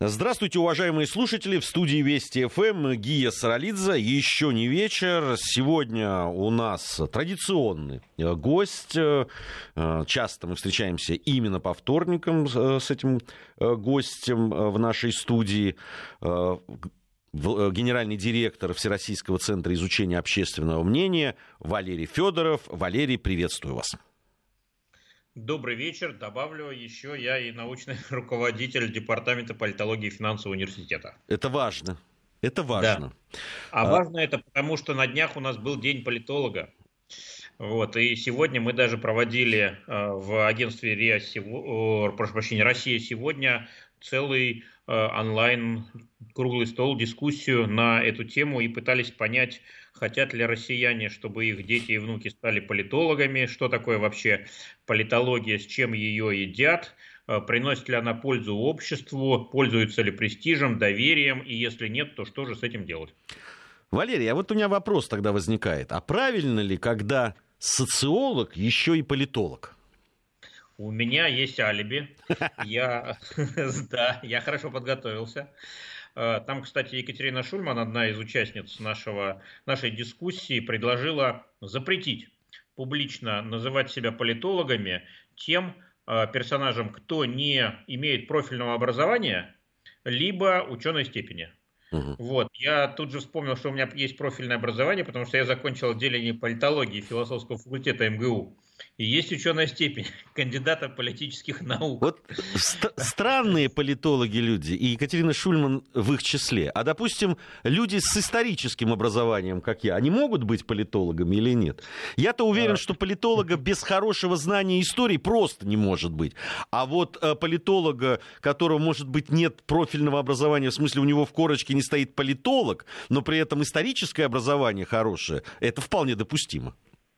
Здравствуйте, уважаемые слушатели. В студии Вести ФМ Гия Саралидзе. Еще не вечер. Сегодня у нас традиционный гость. Часто мы встречаемся именно по вторникам с этим гостем в нашей студии. Генеральный директор Всероссийского центра изучения общественного мнения Валерий Федоров. Валерий, приветствую вас. Добрый вечер. Добавлю еще, я и научный руководитель Департамента политологии и финансового университета. Это важно. Это важно. Да. А важно это потому, что на днях у нас был День политолога. Вот, и сегодня мы даже проводили в агентстве «Россия сегодня» целый онлайн круглый стол, дискуссию на эту тему и пытались понять, хотят ли россияне, чтобы их дети и внуки стали политологами, что такое вообще политология, с чем ее едят, приносит ли она пользу обществу, пользуется ли престижем, доверием, и если нет, то что же с этим делать? Валерий, а вот у меня вопрос тогда возникает. А правильно ли, когда социолог еще и политолог? У меня есть алиби. Я хорошо подготовился. Там, кстати, Екатерина Шульман, одна из участниц нашей дискуссии, предложила запретить публично называть себя политологами тем персонажам, кто не имеет профильного образования, либо ученой степени. Вот. Я тут же вспомнил, что у меня есть профильное образование, потому что я закончил отделение политологии философского факультета МГУ. И есть ученая степень кандидата политических наук. Вот странные политологи люди, и Екатерина Шульман в их числе. А, допустим, люди с историческим образованием, как я, они могут быть политологами или нет? Я-то уверен, что политолога без хорошего знания истории просто не может быть. А вот политолога, которого, может быть, нет профильного образования, в смысле, у него в корочке не стоит политолог, но при этом историческое образование хорошее, это вполне допустимо.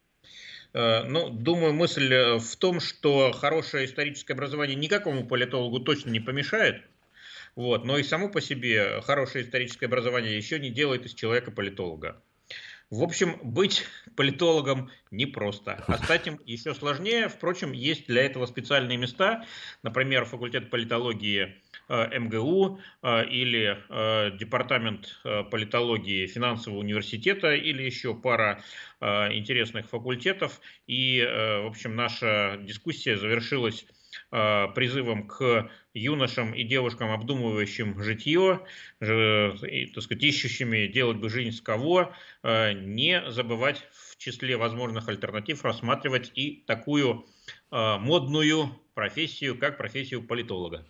Ну, думаю, мысль в том, что хорошее историческое образование никакому политологу точно не помешает, вот, но и само по себе хорошее историческое образование еще не делает из человека политолога. В общем, быть политологом непросто, а стать им еще сложнее. Впрочем, есть для этого специальные места, например, факультет политологии МГУ или департамент политологии финансового университета или еще пара интересных факультетов. И, в общем, наша дискуссия завершилась призывом к юношам и девушкам, обдумывающим житье, так сказать, ищущими делать бы жизнь с кого, не забывать в числе возможных альтернатив рассматривать и такую модную профессию, как профессию политолога.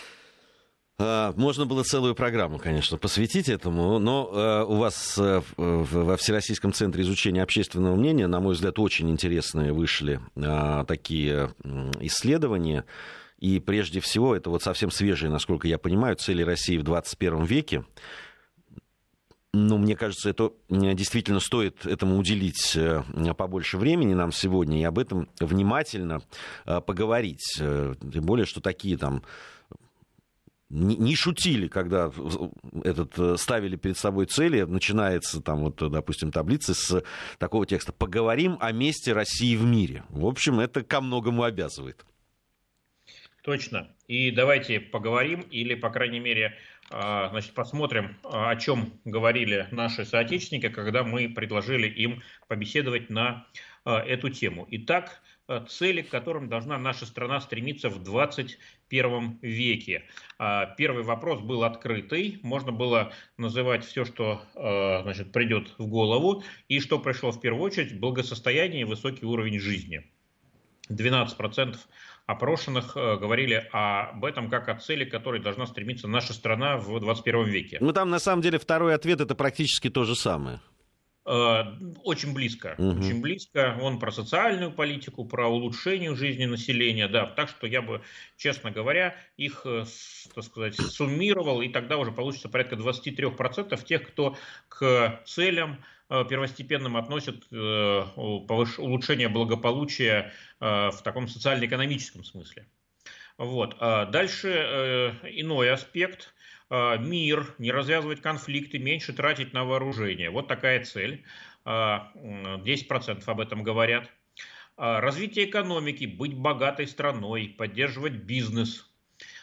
Можно было целую программу, конечно, посвятить этому, но у вас во Всероссийском центре изучения общественного мнения, на мой взгляд, очень интересные вышли такие исследования. И прежде всего, это вот совсем свежие, насколько я понимаю, цели России в 21 веке. Ну, мне кажется, это действительно стоит этому уделить побольше времени нам сегодня и об этом внимательно поговорить. Тем более, что такие там... Не шутили, когда ставили перед собой цели. Начинается там, вот, допустим, таблица с такого текста: «Поговорим о месте России в мире». В общем, это ко многому обязывает. Точно. И давайте поговорим, или, по крайней мере, значит, посмотрим, о чем говорили наши соотечественники, когда мы предложили им побеседовать на эту тему. Итак, цели, к которым должна наша страна стремиться в 21 веке. Первый вопрос был открытый. Можно было называть все, что значит, придет в голову. И что пришло в первую очередь: благосостояние и высокий уровень жизни. 12% опрошенных говорили об этом как о цели, к которой должна стремиться наша страна в 21 веке. Ну, там, на самом деле, второй ответ — это практически то же самое. Очень близко. Очень близко. Он про социальную политику, про улучшение жизни населения. Да, так что я бы, честно говоря, их, так сказать, суммировал, и тогда уже получится порядка 23% тех, кто к целям первостепенным относят улучшение благополучия в таком социально-экономическом смысле. Вот. Дальше иной аспект. Мир, не развязывать конфликты, меньше тратить на вооружение. Вот такая цель. 10% об этом говорят. Развитие экономики, быть богатой страной, поддерживать бизнес.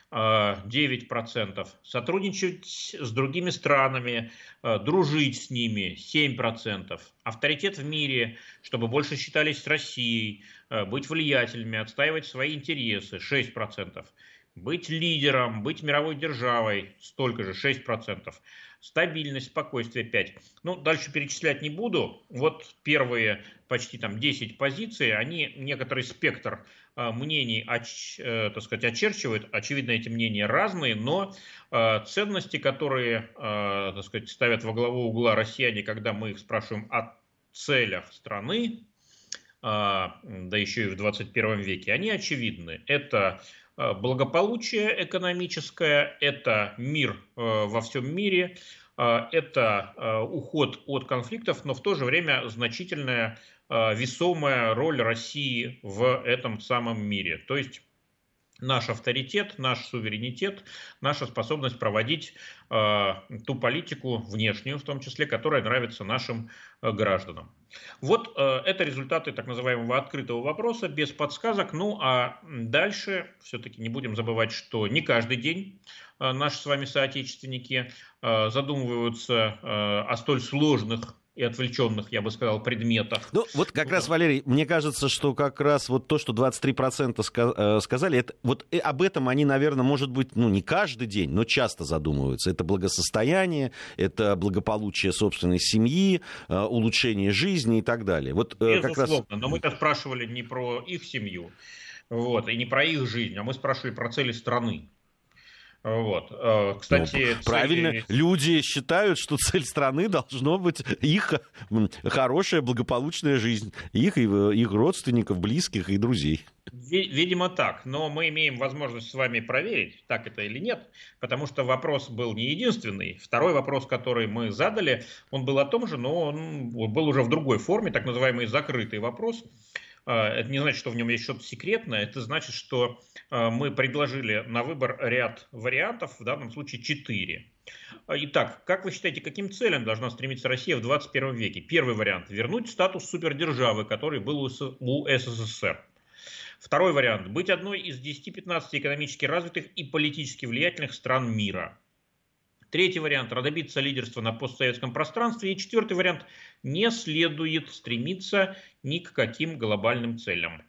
9%, сотрудничать с другими странами, дружить с ними 7%, авторитет в мире, чтобы больше считались с Россией, быть влиятельными, отстаивать свои интересы 6%, быть лидером, быть мировой державой столько же 6%, стабильность, спокойствие 5%. Ну, дальше перечислять не буду. Вот первые почти там 10 позиций, они некоторый спектр мнений, так сказать, очерчивают. Очевидно, эти мнения разные, но ценности, которые, так сказать, ставят во главу угла россияне, когда мы их спрашиваем о целях страны, да еще и в 21 веке, они очевидны. Это благополучие экономическое, это мир во всем мире, это уход от конфликтов, но в то же время значительная весомая роль России в этом самом мире. То есть наш авторитет, наш суверенитет, наша способность проводить ту политику внешнюю, в том числе, которая нравится нашим гражданам. Вот это результаты так называемого открытого вопроса, без подсказок. Ну а дальше все-таки не будем забывать, что не каждый день наши с вами соотечественники задумываются о столь сложных и отвлеченных, я бы сказал, предметах. Ну, вот как раз, Валерий, мне кажется, что как раз вот то, что 23% сказали, это, вот об этом они, наверное, может быть, ну, не каждый день, но часто задумываются. Это благосостояние, это благополучие собственной семьи, улучшение жизни и так далее. Вот, безусловно, как раз... но мы-то спрашивали не про их семью, вот, и не про их жизнь, а мы спрашивали про цели страны. Вот. Кстати, правильно, люди считают, что цель страны должно быть их хорошая, благополучная жизнь, их родственников, близких и друзей. Видимо так, но мы имеем возможность с вами проверить, так это или нет, потому что вопрос был не единственный. Второй вопрос, который мы задали, он был о том же, но он был уже в другой форме, так называемый закрытый вопрос. Это не значит, что в нем есть что-то секретное, это значит, что мы предложили на выбор ряд вариантов, в данном случае 4. Итак, как вы считаете, к каким целям должна стремиться Россия в 21 веке? Первый вариант – вернуть статус супердержавы, который был у СССР. Второй вариант – быть одной из 10-15 экономически развитых и политически влиятельных стран мира. Третий вариант – добиться лидерства на постсоветском пространстве. И четвертый вариант – не следует стремиться ни к каким глобальным целям.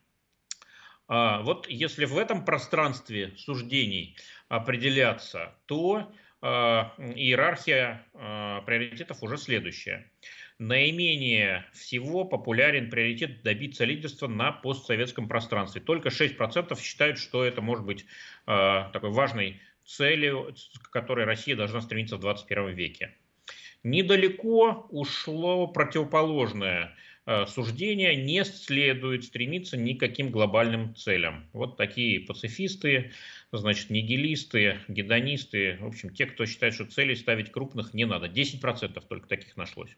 Вот если в этом пространстве суждений определяться, то иерархия приоритетов уже следующая. Наименее всего популярен приоритет добиться лидерства на постсоветском пространстве. Только 6% считают, что это может быть такой важной целью, к которой Россия должна стремиться в 21 веке. Недалеко ушло противоположное суждение: не следует стремиться ни к каким глобальным целям. Вот такие пацифисты, значит, нигилисты, гедонисты, в общем, те, кто считает, что целей ставить крупных не надо. 10% только таких нашлось.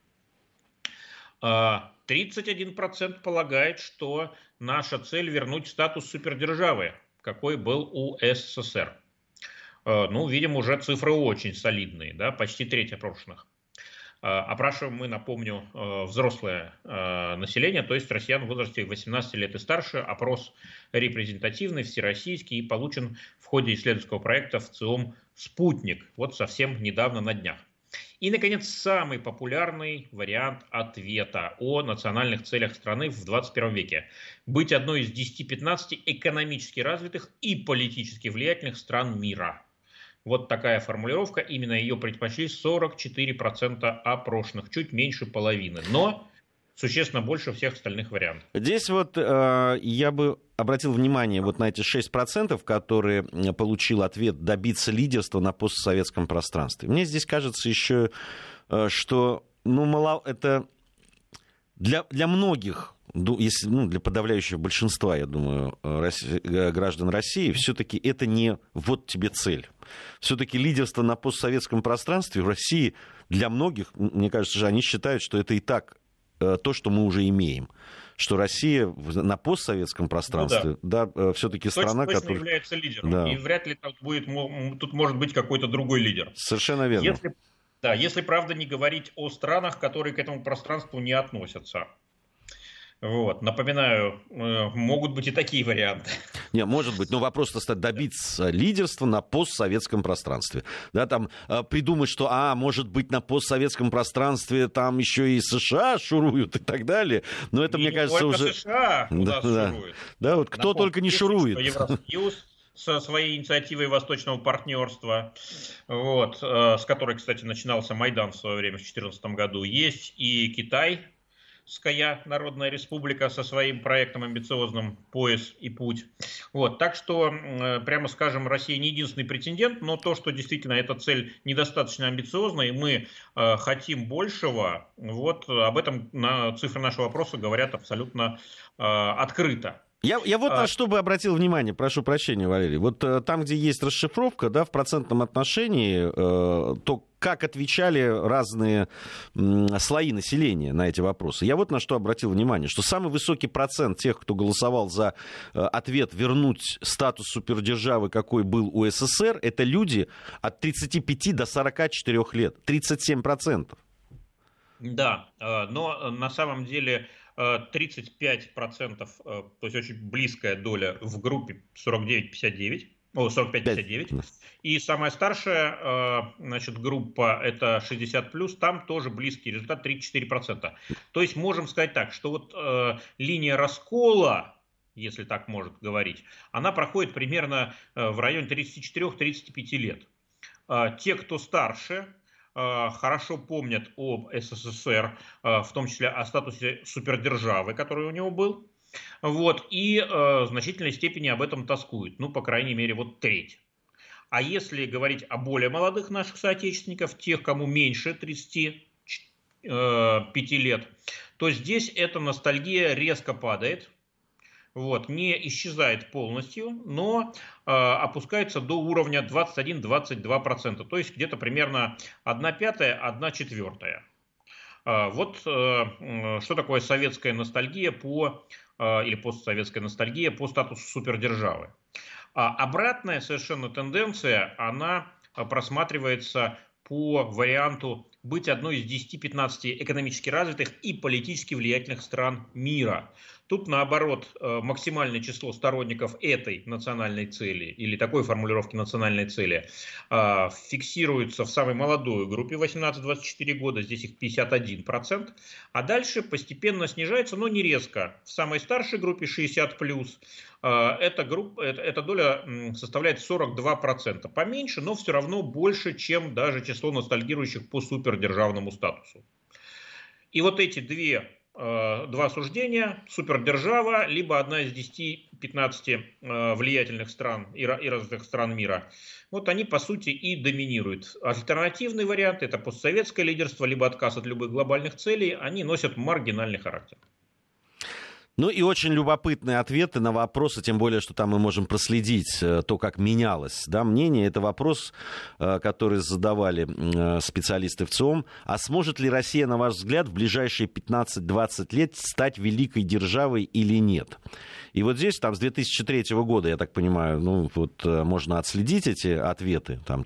31% полагает, что наша цель вернуть статус супердержавы, какой был у СССР. Ну, видим, уже цифры очень солидные, да, почти треть опрошенных. Опрашиваем мы, напомню, взрослое население, то есть россиян в возрасте 18 лет и старше. Опрос репрезентативный, всероссийский и получен в ходе исследовательского проекта ВЦИОМ «Спутник». Вот совсем недавно, на днях. И, наконец, самый популярный вариант ответа о национальных целях страны в 21 веке. Быть одной из 10-15 экономически развитых и политически влиятельных стран мира. Вот такая формулировка, именно ее предпочли 44% опрошенных, чуть меньше половины, но существенно больше всех остальных вариантов. Здесь вот я бы обратил внимание вот на эти 6%, которые получил ответ добиться лидерства на постсоветском пространстве. Мне здесь кажется еще, что это для многих, если, для подавляющего большинства, я думаю, граждан России, все-таки это не вот тебе цель. Все-таки лидерство на постсоветском пространстве в России для многих, мне кажется, же они считают, что это и так то, что мы уже имеем. Что Россия на постсоветском пространстве, все-таки страна, которая точно является лидером. Да. И вряд ли тут может быть какой-то другой лидер. Совершенно верно. Если правда не говорить о странах, которые к этому пространству не относятся. Вот. Напоминаю, могут быть и такие варианты. Не, может быть, но вопрос добиться лидерства на постсоветском пространстве. Да, там придумать, что, может быть, на постсоветском пространстве там еще и США шуруют и так далее. Но это, мне кажется, уже... США у нас шуруют. Да, вот кто только не шурует. Евросоюз со своей инициативой Восточного партнерства, вот, с которой, кстати, начинался Майдан в свое время в 2014 году, есть и Китай, Народная Республика со своим проектом амбициозным «Пояс и путь». Вот, так что, прямо скажем, Россия не единственный претендент, но то, что действительно эта цель недостаточно амбициозна, и мы хотим большего, вот об этом цифры нашего опроса говорят абсолютно открыто. Я вот на что бы обратил внимание, прошу прощения, Валерий. Вот там, где есть расшифровка, да, в процентном отношении, то как отвечали разные слои населения на эти вопросы. Я вот на что обратил внимание, что самый высокий процент тех, кто голосовал за ответ вернуть статус супердержавы, какой был у СССР, это люди от 35 до 44 лет. 37%. Да, но на самом деле 35%, то есть очень близкая доля в группе 45-59. И самая старшая, значит, группа, это 60+, там тоже близкий результат 34%. То есть можем сказать так, что вот линия раскола, если так можно говорить, она проходит примерно в районе 34-35 лет. Те, кто старше, хорошо помнят об СССР, в том числе о статусе супердержавы, который у него был, вот, и в значительной степени об этом тоскуют, ну, по крайней мере, вот треть. А если говорить о более молодых наших соотечественников, тех, кому меньше 35 лет, то здесь эта ностальгия резко падает. Вот, не исчезает полностью, но опускается до уровня 21-22%, то есть где-то примерно 1/5, 1/4. Вот что такое советская ностальгия или постсоветская ностальгия по статусу супердержавы. Обратная совершенно тенденция, она просматривается по варианту быть одной из 10-15 экономически развитых и политически влиятельных стран мира. Тут, наоборот, максимальное число сторонников этой национальной цели или такой формулировки национальной цели фиксируется в самой молодой группе 18-24 года, здесь их 51%, а дальше постепенно снижается, но не резко. В самой старшей группе 60+, эта доля составляет 42%. Поменьше, но все равно больше, чем даже число ностальгирующих по супердержавному статусу. И вот эти два суждения: супердержава, либо одна из 10-15 влиятельных стран и развитых стран мира, вот они по сути и доминируют. Альтернативный вариант — это постсоветское лидерство, либо отказ от любых глобальных целей, они носят маргинальный характер. Ну и очень любопытные ответы на вопросы, тем более, что там мы можем проследить то, как менялось, да, мнение. Это вопрос, который задавали специалисты в ЦИОМ. А сможет ли Россия, на ваш взгляд, в ближайшие 15-20 лет стать великой державой или нет? И вот здесь, там, с 2003 года, я так понимаю, ну, вот можно отследить эти ответы, там,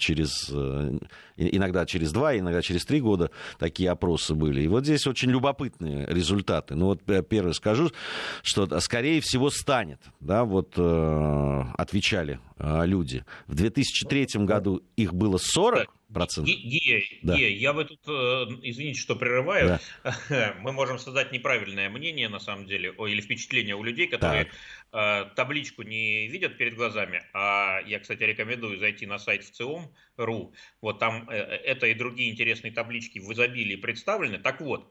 иногда через 2, иногда через 3 года такие опросы были. И вот здесь очень любопытные результаты. Ну, вот первое скажу, что, скорее всего, станет, да, вот отвечали люди. В 2003 году их было 40%. Гея, я бы тут, извините, что прерываю, мы можем создать неправильное мнение, на самом деле, или впечатление у людей, которые табличку не видят перед глазами, а я, кстати, рекомендую зайти на сайт ВЦИОМ.ру, вот там это и другие интересные таблички в изобилии представлены. Так вот,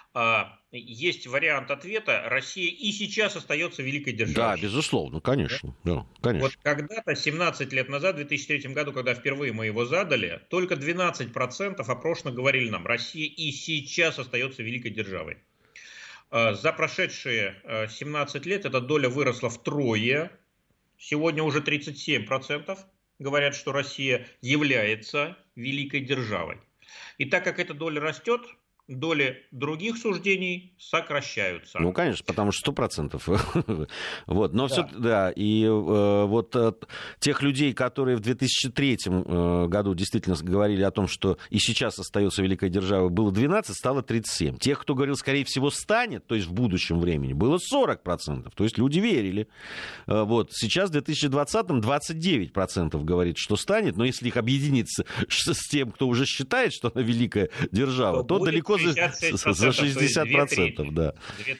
есть вариант ответа: Россия и сейчас остается великой державой. Да, безусловно, конечно. Да, конечно. Вот когда-то, 17 лет назад, в 2003 году, когда впервые мы его задали, только 12% опрошенных говорили нам: Россия и сейчас остается великой державой. За прошедшие 17 лет эта доля выросла втрое. Сегодня уже 37% говорят, что Россия является великой державой. И так как эта доля растет, доли других суждений сокращаются. Ну, конечно, потому что 100%. Вот, но Да. все, да, и вот тех людей, которые в 2003 году действительно говорили о том, что и сейчас остается великая держава, было 12, стало 37. Тех, кто говорил, скорее всего, станет, то есть в будущем времени, было 40%. То есть люди верили. Вот, сейчас в 2020-м 29% говорит, что станет, но если их объединить с тем, кто уже считает, что она великая держава, то далеко за 60%, да.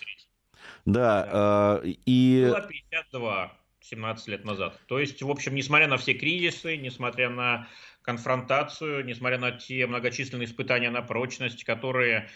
Да, и... Было 52 17 лет назад. То есть, в общем, несмотря на все кризисы, несмотря на конфронтацию, несмотря на те многочисленные испытания на прочность, которым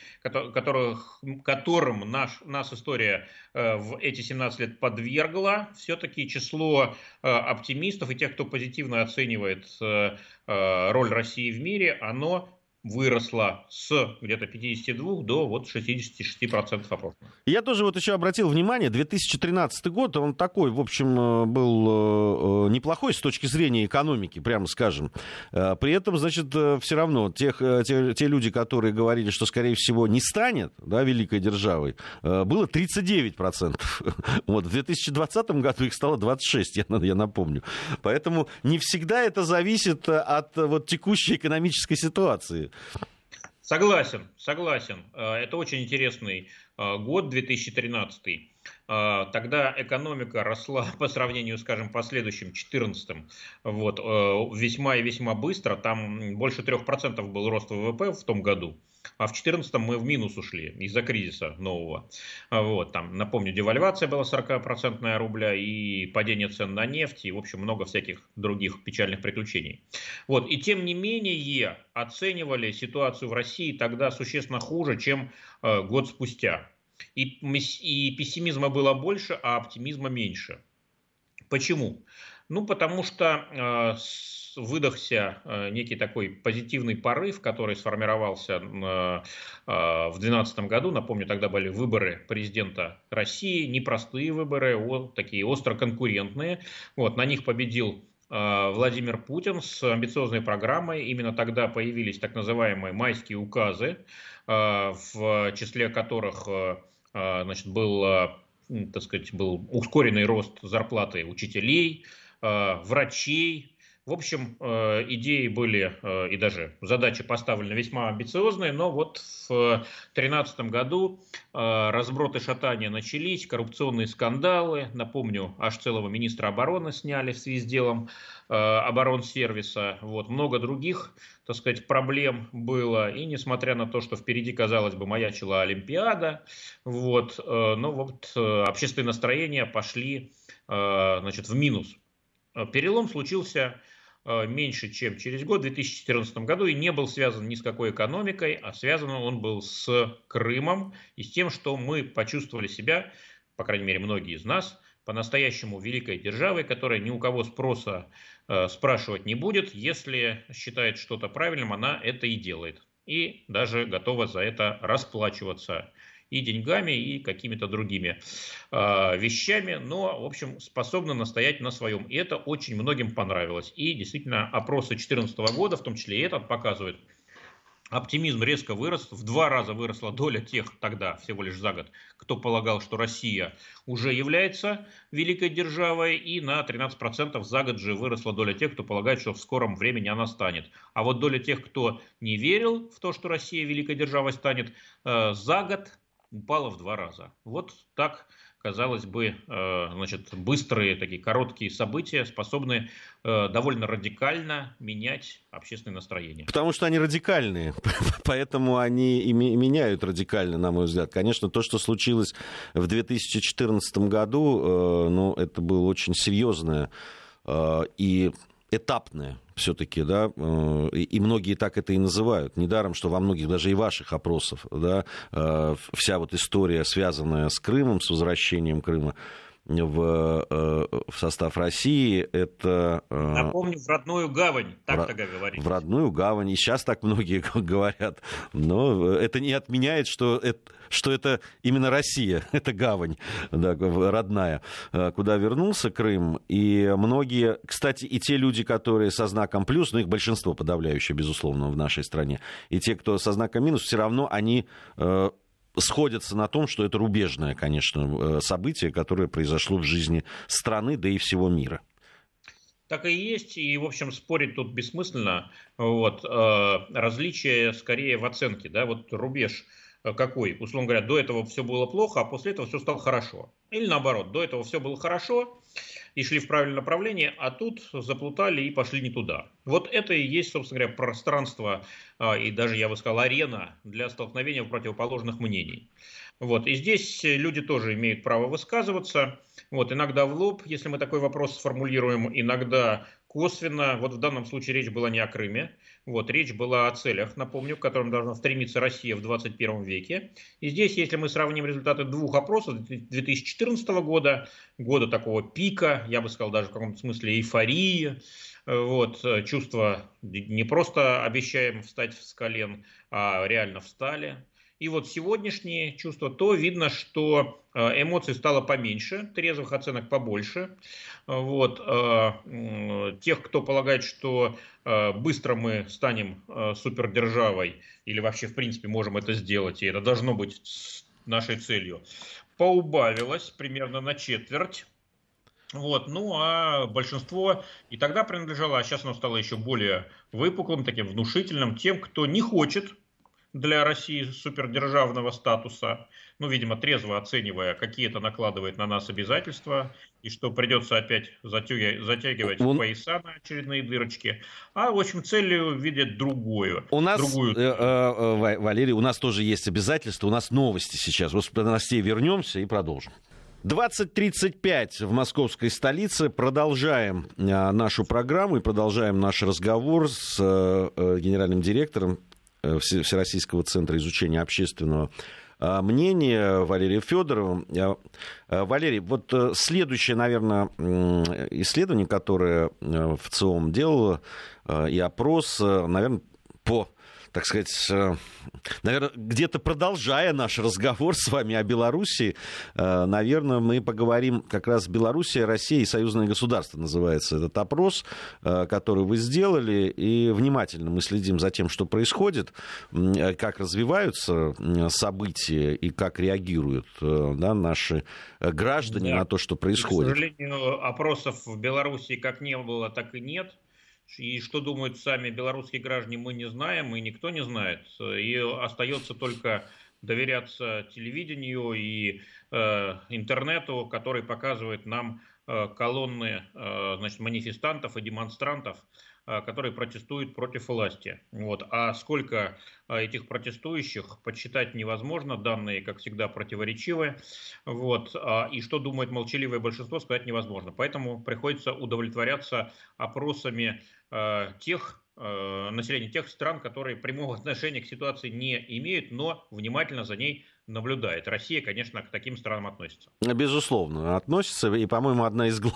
нас история в эти 17 лет подвергла, все-таки число оптимистов и тех, кто позитивно оценивает роль России в мире, оно выросла с где-то 52 до вот 66% опрошенных. Я тоже вот еще обратил внимание, 2013 год, он такой, в общем, был неплохой с точки зрения экономики, прямо скажем. При этом, значит, все равно те люди, которые говорили, что, скорее всего, не станет, да, великой державой, было 39%. Вот, в 2020 году их стало 26%, я напомню. Поэтому не всегда это зависит от вот текущей экономической ситуации. Согласен. Это очень интересный год, 2013. Тогда экономика росла по сравнению, скажем, последующим 2014, вот, весьма и весьма быстро. Там больше 3% был рост ВВП в том году. А в 2014 мы в минус ушли из-за кризиса нового. Вот, там, напомню, девальвация была 40% рубля и падение цен на нефть, и, в общем, много всяких других печальных приключений. Вот, и тем не менее оценивали ситуацию в России тогда существенно хуже, чем год спустя. И пессимизма было больше, а оптимизма меньше. Почему? Ну, потому что выдохся некий такой позитивный порыв, который сформировался в 2012 году. Напомню, тогда были выборы президента России, непростые выборы, такие остро конкурентные. Вот, на них победил Владимир Путин с амбициозной программой. Именно тогда появились так называемые майские указы, в числе которых, значит, был ускоренный рост зарплаты учителей, врачей. В общем, идеи были и даже задачи поставлены весьма амбициозные, но вот в 2013 году разброд и шатания начались, коррупционные скандалы. Напомню, аж целого министра обороны сняли в связи с делом оборонсервиса. Вот, много других, так сказать, проблем было. И несмотря на то, что впереди, казалось бы, маячила Олимпиада, вот, но вот общественные настроения пошли, значит, в минус. Перелом случился меньше, чем через год, в 2014 году, и не был связан ни с какой экономикой, а связан он был с Крымом и с тем, что мы почувствовали себя, по крайней мере, многие из нас, по-настоящему великой державой, которая ни у кого спроса спрашивать не будет. Если считает что-то правильным, она это и делает. И даже готова за это расплачиваться и деньгами, и какими-то другими вещами, но, в общем, способна настоять на своем. И это очень многим понравилось. И действительно, опросы 2014 года, в том числе и этот, показывают, оптимизм резко вырос, в 2 раза выросла доля тех тогда, всего лишь за год, кто полагал, что Россия уже является великой державой, и на 13% за год же выросла доля тех, кто полагает, что в скором времени она станет. А вот доля тех, кто не верил в то, что Россия великой державой станет, за год упала в 2 раза. Вот так, казалось бы, значит, быстрые, такие короткие события способны довольно радикально менять общественное настроение. Потому что они радикальные, поэтому они и меняют радикально, на мой взгляд. Конечно, то, что случилось в 2014 году, ну, это было очень серьезное и этапное все-таки, да, и многие так это и называют. Недаром, что во многих даже и ваших опросов, да, вся вот история, связанная с Крымом, с возвращением Крыма, в состав России. Это... Напомню, в родную гавань, так тогда говорили. В родную гавань, и сейчас так многие говорят. Но это не отменяет, что это именно Россия, это гавань, да, родная, куда вернулся Крым. И многие, кстати, и те люди, которые со знаком плюс, ну их большинство подавляющее, безусловно, в нашей стране, и те, кто со знаком минус, все равно они сходятся на том, что это рубежное, конечно, событие, которое произошло в жизни страны, да и всего мира. Так и есть, и, в общем, спорить тут бессмысленно. Вот, различие скорее в оценке, да, вот рубеж какой, условно говоря, до этого все было плохо, а после этого все стало хорошо. Или наоборот, до этого все было хорошо, и шли в правильном направлении, а тут заплутали и пошли не туда. Вот это и есть, собственно говоря, пространство, и даже, я бы сказал, арена для столкновения противоположных мнений. Вот. И здесь люди тоже имеют право высказываться. Вот. Иногда в лоб, если мы такой вопрос сформулируем, иногда косвенно. Вот в данном случае речь была не о Крыме. Вот. Речь была о целях, напомню, к которым должна стремиться Россия в 21 веке. И здесь, если мы сравним результаты двух опросов 2014 года, года такого пика, я бы сказал даже в каком-то смысле эйфории, вот, чувство не просто обещаем встать с колен, а реально встали. И вот сегодняшние чувства, то видно, что эмоций стало поменьше, трезвых оценок побольше. Вот. Тех, кто полагает, что быстро мы станем супердержавой, или вообще в принципе можем это сделать, и это должно быть нашей целью, поубавилось примерно на четверть. Вот, ну а большинство и тогда принадлежало, а сейчас оно стало еще более выпуклым, таким внушительным, тем, кто не хочет для России супердержавного статуса, ну, видимо, трезво оценивая, какие это накладывает на нас обязательства, и что придется опять затягивать пояса на очередные дырочки, а, в общем, целью видят другую. Валерий, у нас тоже есть обязательства, у нас новости сейчас. Вот до новостей вернемся и продолжим. 20:35 в московской столице. Продолжаем нашу программу и продолжаем наш разговор с генеральным директором Всероссийского центра изучения общественного мнения Валерием Федоровым. Валерий, вот следующее, наверное, исследование, которое ВЦИОМ делало, и опрос, наверное, так сказать, наверное, где-то продолжая наш разговор с вами о Беларуси, наверное, мы поговорим как раз Белоруссия, Россия и союзное государство, называется этот опрос, который вы сделали, и внимательно мы следим за тем, что происходит, как развиваются события и как реагируют, да, наши граждане на то, что происходит. К сожалению, опросов в Беларуси как не было, так и нет. И что думают сами белорусские граждане, мы не знаем, и никто не знает. И остается только доверяться телевидению и интернету, который показывает нам колонны, значит, манифестантов и демонстрантов, которые протестуют против власти. Вот. А сколько этих протестующих, подсчитать невозможно, данные, как всегда, противоречивы. Вот. И что думает молчаливое большинство, сказать невозможно. Поэтому приходится удовлетворяться опросами населения тех стран, которые прямого отношения к ситуации не имеют, но внимательно за ней наблюдает. Россия, конечно, к таким странам относится. Безусловно, относится. И, по-моему, одна из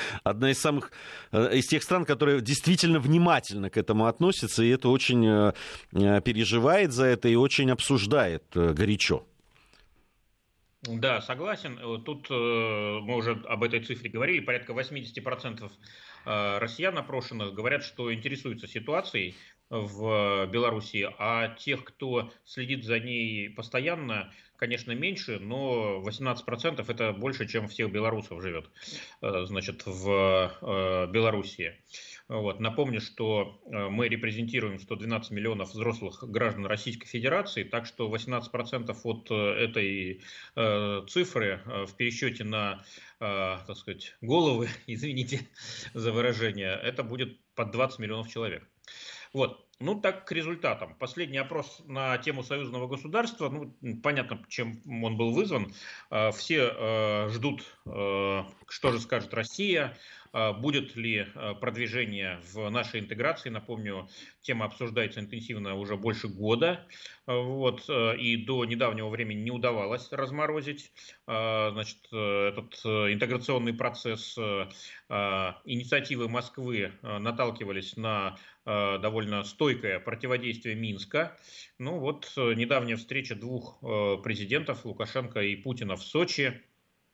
тех стран, которые действительно внимательно к этому относятся, и это очень переживает за это и очень обсуждает горячо. Да, согласен. Тут мы уже об этой цифре говорили. Порядка 80% россиян опрошенных говорят, что интересуются ситуацией в Беларуси, а тех, кто следит за ней постоянно, конечно, меньше, но 18% это больше, чем всех белорусов живет, значит, в Белоруссии. Вот. Напомню, что мы репрезентируем 112 миллионов взрослых граждан Российской Федерации, так что 18% от этой цифры в пересчете на, так сказать, головы, извините за выражение, это будет под 20 миллионов человек. Вот. Ну, так, к результатам. Последний опрос на тему союзного государства, ну, понятно, чем он был вызван. Все ждут, что же скажет Россия, будет ли продвижение в нашей интеграции. Напомню, тема обсуждается интенсивно уже больше года. Вот, и до недавнего времени не удавалось разморозить, значит, этот интеграционный процесс. Инициативы Москвы наталкивались на довольно стойкое противодействие Минска. Ну вот недавняя встреча двух президентов, Лукашенко и Путина, в Сочи,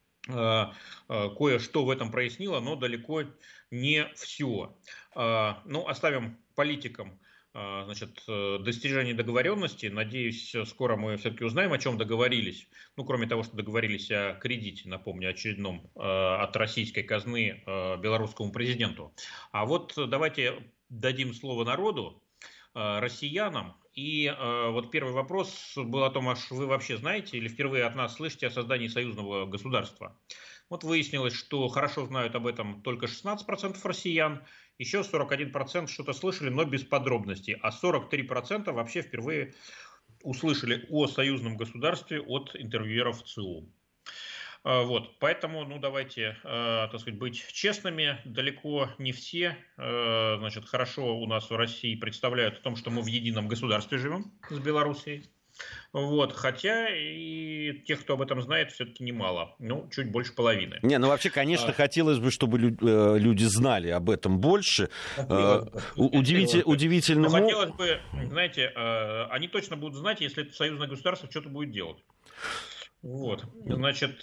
кое-что в этом прояснило, но далеко не все. Ну, оставим политикам, значит, достижение договоренности. Надеюсь, скоро мы все-таки узнаем, о чем договорились. Ну, кроме того, что договорились о кредите, напомню, очередном от российской казны белорусскому президенту. А вот давайте дадим слово народу, россиянам. И вот первый вопрос был о том, аж вы вообще знаете или впервые от нас слышите о создании союзного государства. Вот выяснилось, что хорошо знают об этом только 16% россиян, еще 41% что-то слышали, но без подробностей, а 43% вообще впервые услышали о союзном государстве от интервьюеров ЦИОМ. Вот, поэтому, ну, давайте, так сказать, быть честными, далеко не все, значит, хорошо у нас в России представляют о том, что мы в едином государстве живем с Белоруссией. Вот, хотя и тех, кто об этом знает, все-таки немало, ну, чуть больше половины. Не, ну вообще, конечно, хотелось бы, чтобы люди знали об этом больше. Удивительно. Хотелось бы, знаете, они точно будут знать, если это союзное государство что-то будет делать. Вот, значит,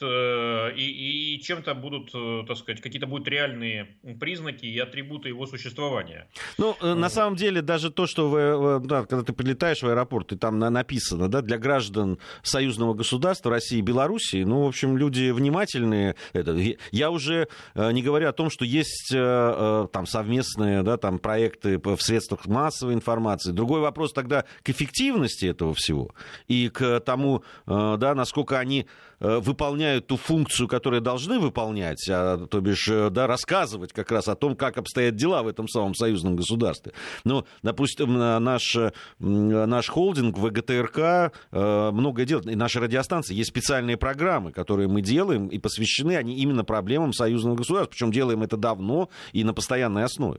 и чем-то будут, так сказать, какие-то будут реальные признаки и атрибуты его существования. Ну, на самом деле, даже то, что когда ты прилетаешь в аэропорт, и там написано, да, для граждан союзного государства России и Белоруссии, ну, в общем, люди внимательные. Я уже не говорю о том, что есть там совместные, да, там проекты в средствах массовой информации. Другой вопрос тогда к эффективности этого всего и к тому, да, насколько они выполняют ту функцию, которую должны выполнять, то бишь, да, рассказывать как раз о том, как обстоят дела в этом самом союзном государстве. Ну, допустим, наш холдинг ВГТРК многое делает, и наши радиостанции, есть специальные программы, которые мы делаем, и посвящены они именно проблемам союзного государства, причем делаем это давно и на постоянной основе.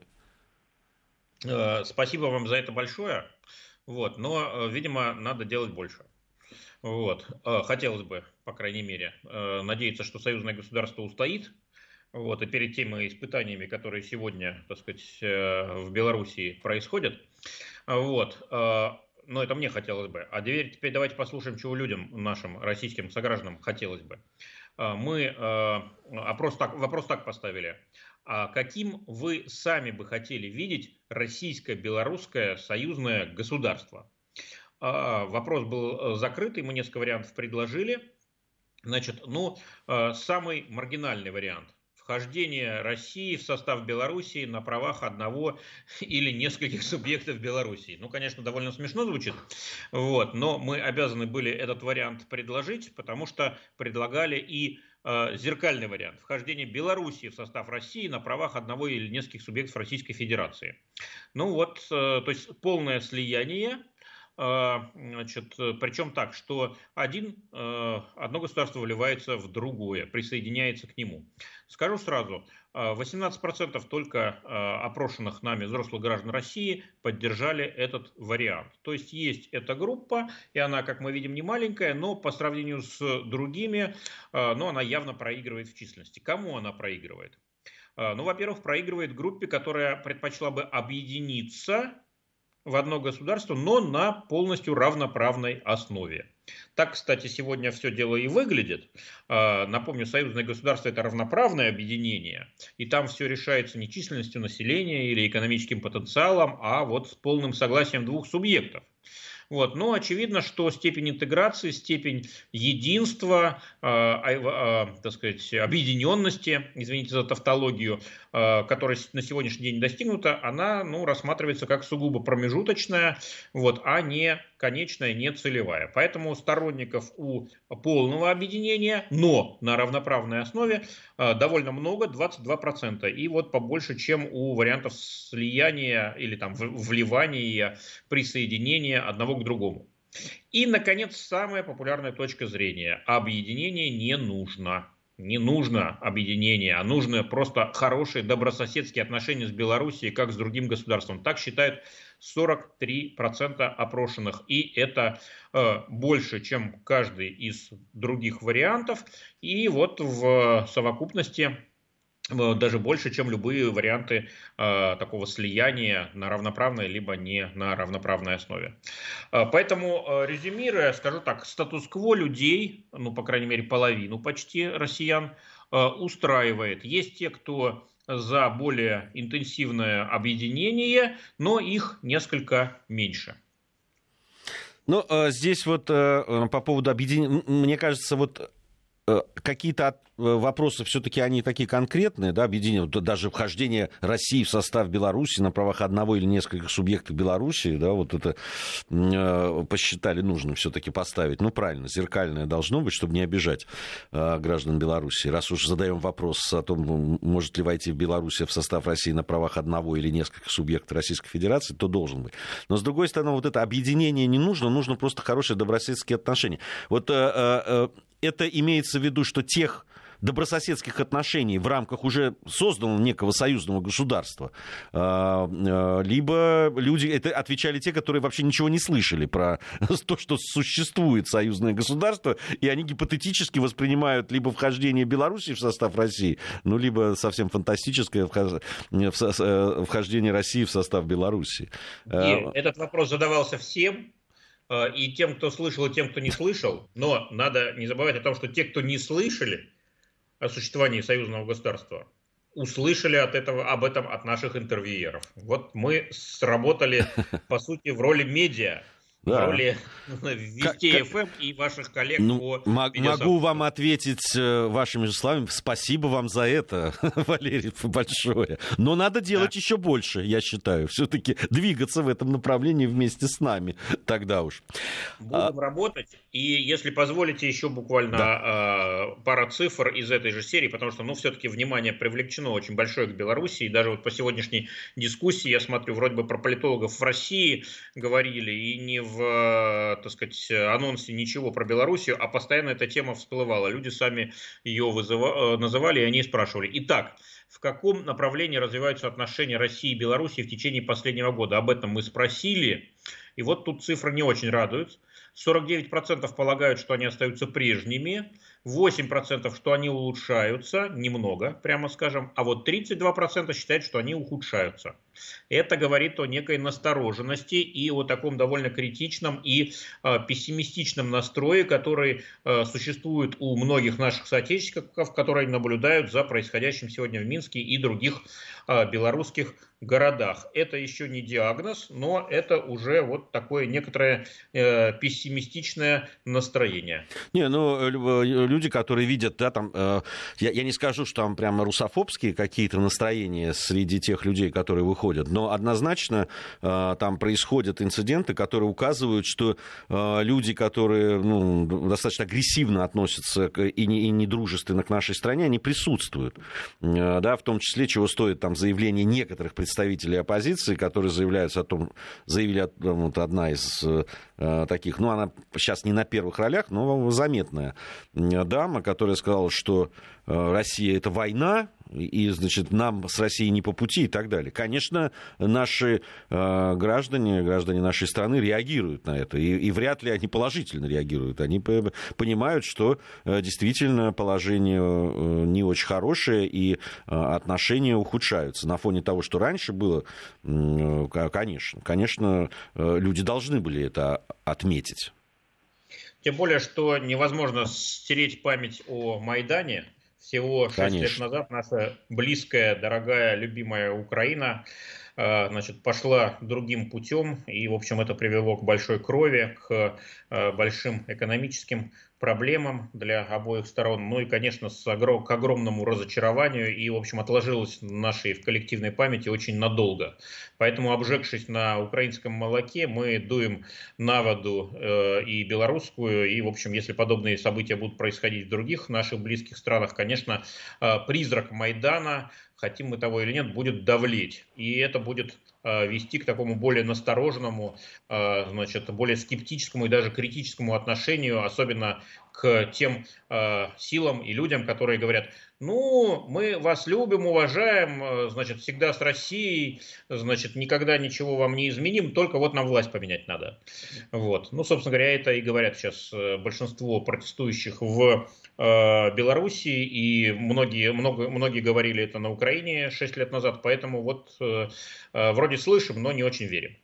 Спасибо вам за это большое, вот, но, видимо, надо делать больше. Вот. Хотелось бы, по крайней мере, надеяться, что союзное государство устоит. Вот. И перед теми испытаниями, которые сегодня, так сказать, в Белоруссии происходят. Вот. Но это мне хотелось бы. А теперь давайте послушаем, чего людям, нашим российским согражданам, хотелось бы. Мы вопрос так поставили. Каким вы сами бы хотели видеть российско-белорусское союзное государство? Вопрос был закрытый, мы несколько вариантов предложили. Значит, ну, самый маргинальный вариант. Вхождение России в состав Белоруссии на правах одного или нескольких субъектов Белоруссии. Ну, конечно, довольно смешно звучит, вот, но мы обязаны были этот вариант предложить, потому что предлагали и зеркальный вариант. Вхождение Белоруссии в состав России на правах одного или нескольких субъектов Российской Федерации. Ну вот, то есть полное слияние. Значит, причем так, что одно государство вливается в другое, присоединяется к нему. Скажу сразу, 18% только опрошенных нами взрослых граждан России поддержали этот вариант. То есть есть эта группа, и она, как мы видим, не маленькая, но по сравнению с другими, ну, она явно проигрывает в численности. Кому она проигрывает? Ну, во-первых, проигрывает группе, которая предпочла бы объединиться в одно государство, но на полностью равноправной основе. Так, кстати, сегодня все дело и выглядит. Напомню, союзное государство – это равноправное объединение, и там все решается не численностью населения или экономическим потенциалом, а вот с полным согласием двух субъектов. Вот. Но очевидно, что степень интеграции, степень единства, так сказать, объединенности, извините за тавтологию, которая на сегодняшний день достигнута, она, ну, рассматривается как сугубо промежуточная, вот, а не конечная, не целевая. Поэтому сторонников у полного объединения, но на равноправной основе, довольно много, 22%. И вот побольше, чем у вариантов слияния или там вливания, присоединения одного к другому. И, наконец, самая популярная точка зрения. Объединение не нужно. Не нужно объединение, а нужно просто хорошие добрососедские отношения с Белоруссией, как с другим государством. Так считают 43% опрошенных. И это больше, чем каждый из других вариантов. И вот в совокупности даже больше, чем любые варианты такого слияния на равноправной либо не на равноправной основе. Поэтому, резюмируя, скажу так, статус-кво людей, ну, по крайней мере, половину почти россиян, устраивает. Есть те, кто за более интенсивное объединение, но их несколько меньше. Ну, здесь вот по поводу объединения, мне кажется, вот какие-то вопросы все-таки они такие конкретные, да, объединение, даже вхождение России в состав Беларуси на правах одного или нескольких субъектов Беларуси, да, вот это посчитали нужно все-таки поставить. Ну, правильно, зеркальное должно быть, чтобы не обижать граждан Беларуси. Раз уж задаем вопрос о том, может ли войти Беларусь в состав России на правах одного или нескольких субъектов Российской Федерации, то должен быть. Но, с другой стороны, вот это объединение не нужно, нужно просто хорошие добрососедские отношения. Вот это имеется в виду, что тех добрососедских отношений в рамках уже созданного некого союзного государства, либо люди, это отвечали те, которые вообще ничего не слышали про то, что существует союзное государство, и они гипотетически воспринимают либо вхождение Беларуси в состав России, ну, либо совсем фантастическое вхождение России в состав Беларуси. И этот вопрос задавался всем, и тем, кто слышал, и тем, кто не слышал, но надо не забывать о том, что те, кто не слышали о существовании союзного государства, услышали об этом от наших интервьюеров. Вот мы сработали, по сути, в роли медиа, в роли Вести ФМ и ваших коллег по Могу вам ответить вашими же словами. Спасибо вам за это, Валерий, большое. Но надо делать еще больше, я считаю. Все-таки двигаться в этом направлении вместе с нами. Тогда уж. Будем работать. И если позволите, еще буквально пара цифр из этой же серии, потому что, все-таки внимание привлечено очень большое к Беларуси. И даже вот по сегодняшней дискуссии, я смотрю, вроде бы про политологов в России говорили, и не в, так сказать, анонсе ничего про Белоруссию, а постоянно эта тема всплывала. Люди сами ее называли, и они спрашивали. Итак, в каком направлении развиваются отношения России и Белоруссии в течение последнего года? Об этом мы спросили, и вот тут цифры не очень радуют. 49% полагают, что они остаются прежними, 8% что они улучшаются, немного, прямо скажем, а вот 32% считают, что они ухудшаются. Это говорит о некой настороженности и о таком довольно критичном и пессимистичном настрое, который существует у многих наших соотечественников, которые наблюдают за происходящим сегодня в Минске и других белорусских городах. Это еще не диагноз, но это уже вот такое некоторое пессимистичное настроение. Не, люди, которые видят, да, там, я не скажу, что там прямо русофобские какие-то настроения среди тех людей, которые выходят, но однозначно там происходят инциденты, которые указывают, что люди, которые достаточно агрессивно относятся и недружественно к нашей стране, они присутствуют. Да, в том числе, чего стоит там заявление некоторых представителей оппозиции, которые заявили вот одна из таких, она сейчас не на первых ролях, но заметная дама, которая сказала, что Россия — это война, и, значит, нам с Россией не по пути и так далее. Конечно, наши граждане нашей страны реагируют на это, и вряд ли они положительно реагируют. Они понимают, что действительно положение не очень хорошее, и отношения ухудшаются. На фоне того, что раньше было, конечно, люди должны были это отметить. Тем более, что невозможно стереть память о Майдане. Всего 6 лет назад наша близкая, дорогая, любимая Украина значит, пошла другим путем, и, в общем, это привело к большой крови, к большим экономическим проблемам для обоих сторон, ну и, конечно, к огромному разочарованию, и, в общем, отложилось в нашей в коллективной памяти очень надолго. Поэтому, обжегшись на украинском молоке, мы дуем на воду и белорусскую, и, в общем, если подобные события будут происходить в других наших близких странах, конечно, призрак Майдана, хотим мы того или нет, будет давлеть, и это будет вести к такому более настороженному, значит, более скептическому и даже критическому отношению, особенно к тем силам и людям, которые говорят: ну, мы вас любим, уважаем, значит, всегда с Россией, значит, никогда ничего вам не изменим, только вот нам власть поменять надо. Вот. Ну, собственно говоря, это и говорят сейчас большинство протестующих в Белоруссии, и многие говорили это на Украине 6 лет назад, поэтому вот вроде слышим, но не очень верим.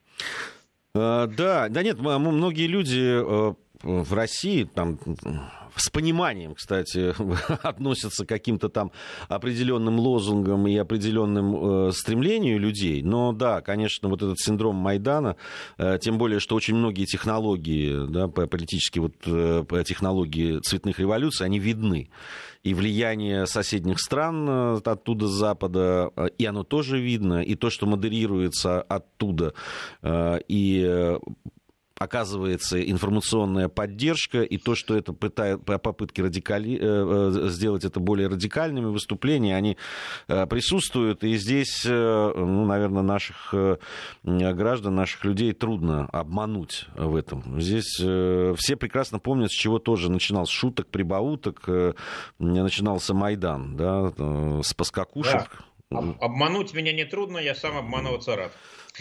Да, нет, многие люди в России там с пониманием, кстати, относятся к каким-то там определенным лозунгам и определенным стремлению людей. Но да, конечно, вот этот синдром Майдана, тем более, что очень многие технологии, да, политические технологии цветных революций, они видны. И влияние соседних стран оттуда, с Запада, и оно тоже видно, и то, что модерируется оттуда, и оказывается информационная поддержка, и то, что это попытки сделать это более радикальными выступления, они присутствуют, и здесь, ну, наверное, наших граждан, наших людей трудно обмануть в этом. Здесь все прекрасно помнят, с чего тоже начинался, с шуток, прибауток, начинался Майдан, да, с поскакушек. Да. Обмануть меня нетрудно, я сам обманываться рад.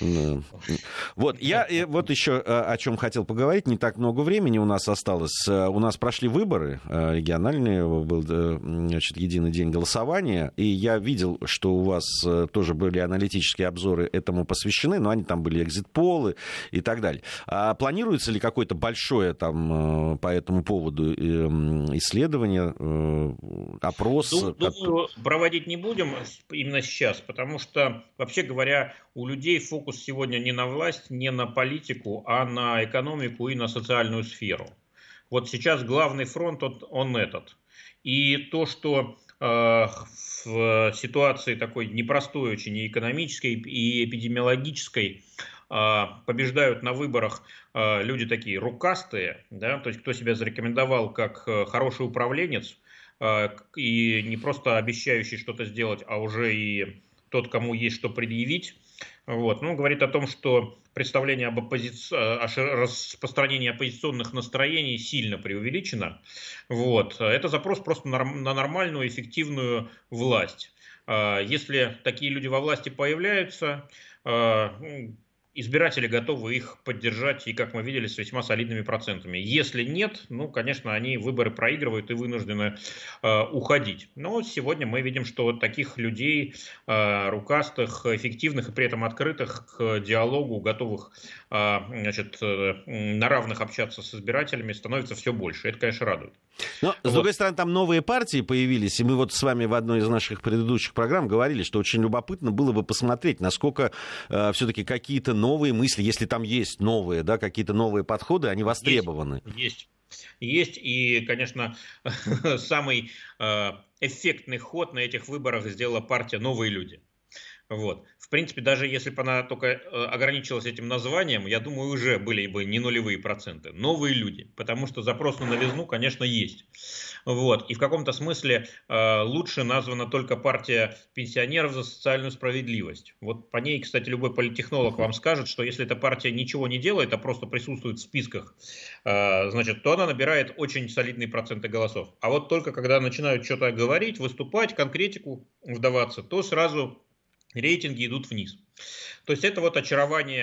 Вот, я вот еще о чем хотел поговорить. Не так много времени у нас осталось. У нас прошли выборы региональные, был, значит, единый день голосования, и я видел, что у вас тоже были аналитические обзоры этому посвящены, но они там были экзит-полы и так далее. А планируется ли какое-то большое там по этому поводу исследование, опрос? Думаю, проводить не будем именно сейчас, потому что, вообще говоря, у людей фокус сегодня не на власть, не на политику, а на экономику и на социальную сферу. Вот сейчас главный фронт, он этот. И то, что в ситуации такой непростой очень и экономической, и эпидемиологической побеждают на выборах люди такие рукастые, да, то есть кто себя зарекомендовал как хороший управленец, и не просто обещающий что-то сделать, а уже и тот, кому есть что предъявить. Вот. Ну, говорит о том, что представление об о распространении оппозиционных настроений сильно преувеличено. Вот. Это запрос просто на нормальную, эффективную власть. Если такие люди во власти появляются, избиратели готовы их поддержать, и, как мы видели, с весьма солидными процентами. Если нет, ну, конечно, они выборы проигрывают и вынуждены уходить. Но сегодня мы видим, что таких людей, рукастых, эффективных и при этом открытых к диалогу, готовых, значит, на равных общаться с избирателями, становится все больше. Это, конечно, радует. Но, с другой стороны, там новые партии появились, и мы вот с вами в одной из наших предыдущих программ говорили, что очень любопытно было бы посмотреть, насколько все-таки какие-то новые мысли, если там есть новые, да, какие-то новые подходы, они востребованы. Есть, и, конечно, самый эффектный ход на этих выборах сделала партия «Новые люди». Вот. В принципе, даже если бы она только ограничилась этим названием, я думаю, уже были бы не нулевые проценты. Новые люди, потому что запрос на новизну, конечно, есть. Вот. И в каком-то смысле лучше названа только партия пенсионеров за социальную справедливость. Вот по ней, кстати, любой политтехнолог вам скажет, что если эта партия ничего не делает, а просто присутствует в списках, значит, то она набирает очень солидные проценты голосов. А вот только когда начинают что-то говорить, выступать, конкретику вдаваться, то сразу рейтинги идут вниз. То есть это вот очарование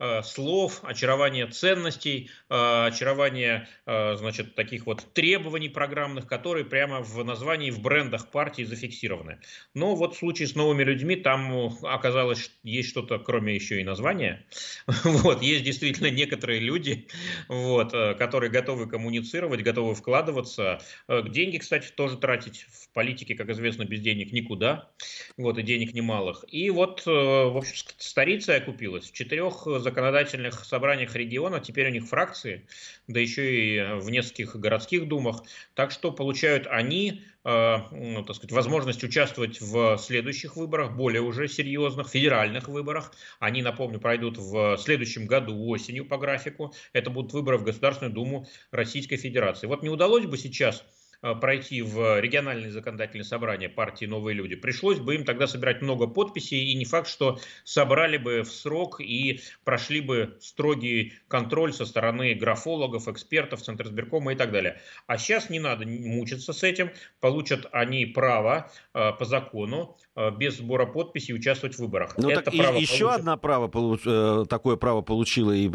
слов, очарование ценностей, очарование, значит, таких вот требований программных, которые прямо в названии, в брендах партии зафиксированы. Но вот в случае с новыми людьми там оказалось, есть что-то, кроме еще и названия. Вот, есть действительно некоторые люди, вот, которые готовы коммуницировать, готовы вкладываться. Деньги, кстати, тоже тратить в политике, как известно, без денег никуда. Вот, и денег немалых. И вот, в общем, Старица окупилась. В 4 законодательных собраниях региона, теперь у них фракции, да еще и в нескольких городских думах. Так что получают они, так сказать, возможность участвовать в следующих выборах, более уже серьезных, федеральных выборах. Они, напомню, пройдут в следующем году осенью по графику. Это будут выборы в Государственную Думу Российской Федерации. Вот не удалось бы сейчас пройти в региональные законодательные собрания партии «Новые люди», пришлось бы им тогда собирать много подписей, и не факт, что собрали бы в срок и прошли бы строгий контроль со стороны графологов, экспертов, Центризбиркома и так далее. А сейчас не надо мучиться с этим, получат они право по закону без сбора подписей участвовать в выборах. Ну, так еще одно такое право получила и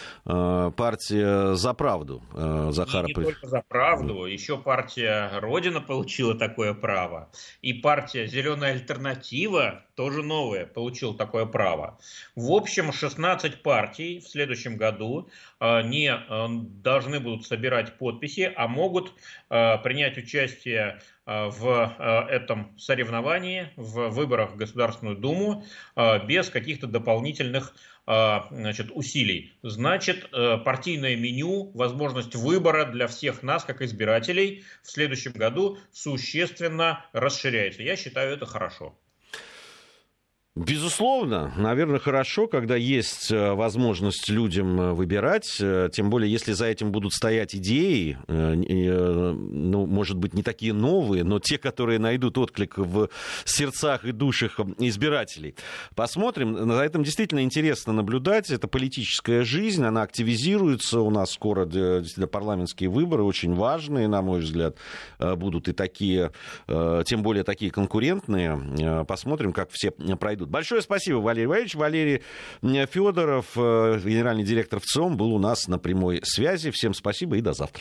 партия «За правду» Захара. И не только «За правду», еще партия «Родина» получила такое право, и партия «Зеленая альтернатива», тоже новая, получила такое право. В общем, 16 партий в следующем году не должны будут собирать подписи, а могут принять участие в этом соревновании, в выборах в Государственную Думу без каких-то дополнительных, значит, усилий. Значит, партийное меню, возможность выбора для всех нас, как избирателей, в следующем году существенно расширяется. Я считаю, это хорошо. Безусловно, наверное, хорошо, когда есть возможность людям выбирать, тем более, если за этим будут стоять идеи, ну, может быть, не такие новые, но те, которые найдут отклик в сердцах и душах избирателей. Посмотрим. За этим действительно интересно наблюдать. Это политическая жизнь, она активизируется. У нас скоро действительно парламентские выборы, очень важные, на мой взгляд, будут и такие, тем более такие конкурентные. Посмотрим, как все пройдут. Большое спасибо, Валерий Валерьевич. Валерий Федоров, генеральный директор ВЦИОМ, был у нас на прямой связи. Всем спасибо и до завтра.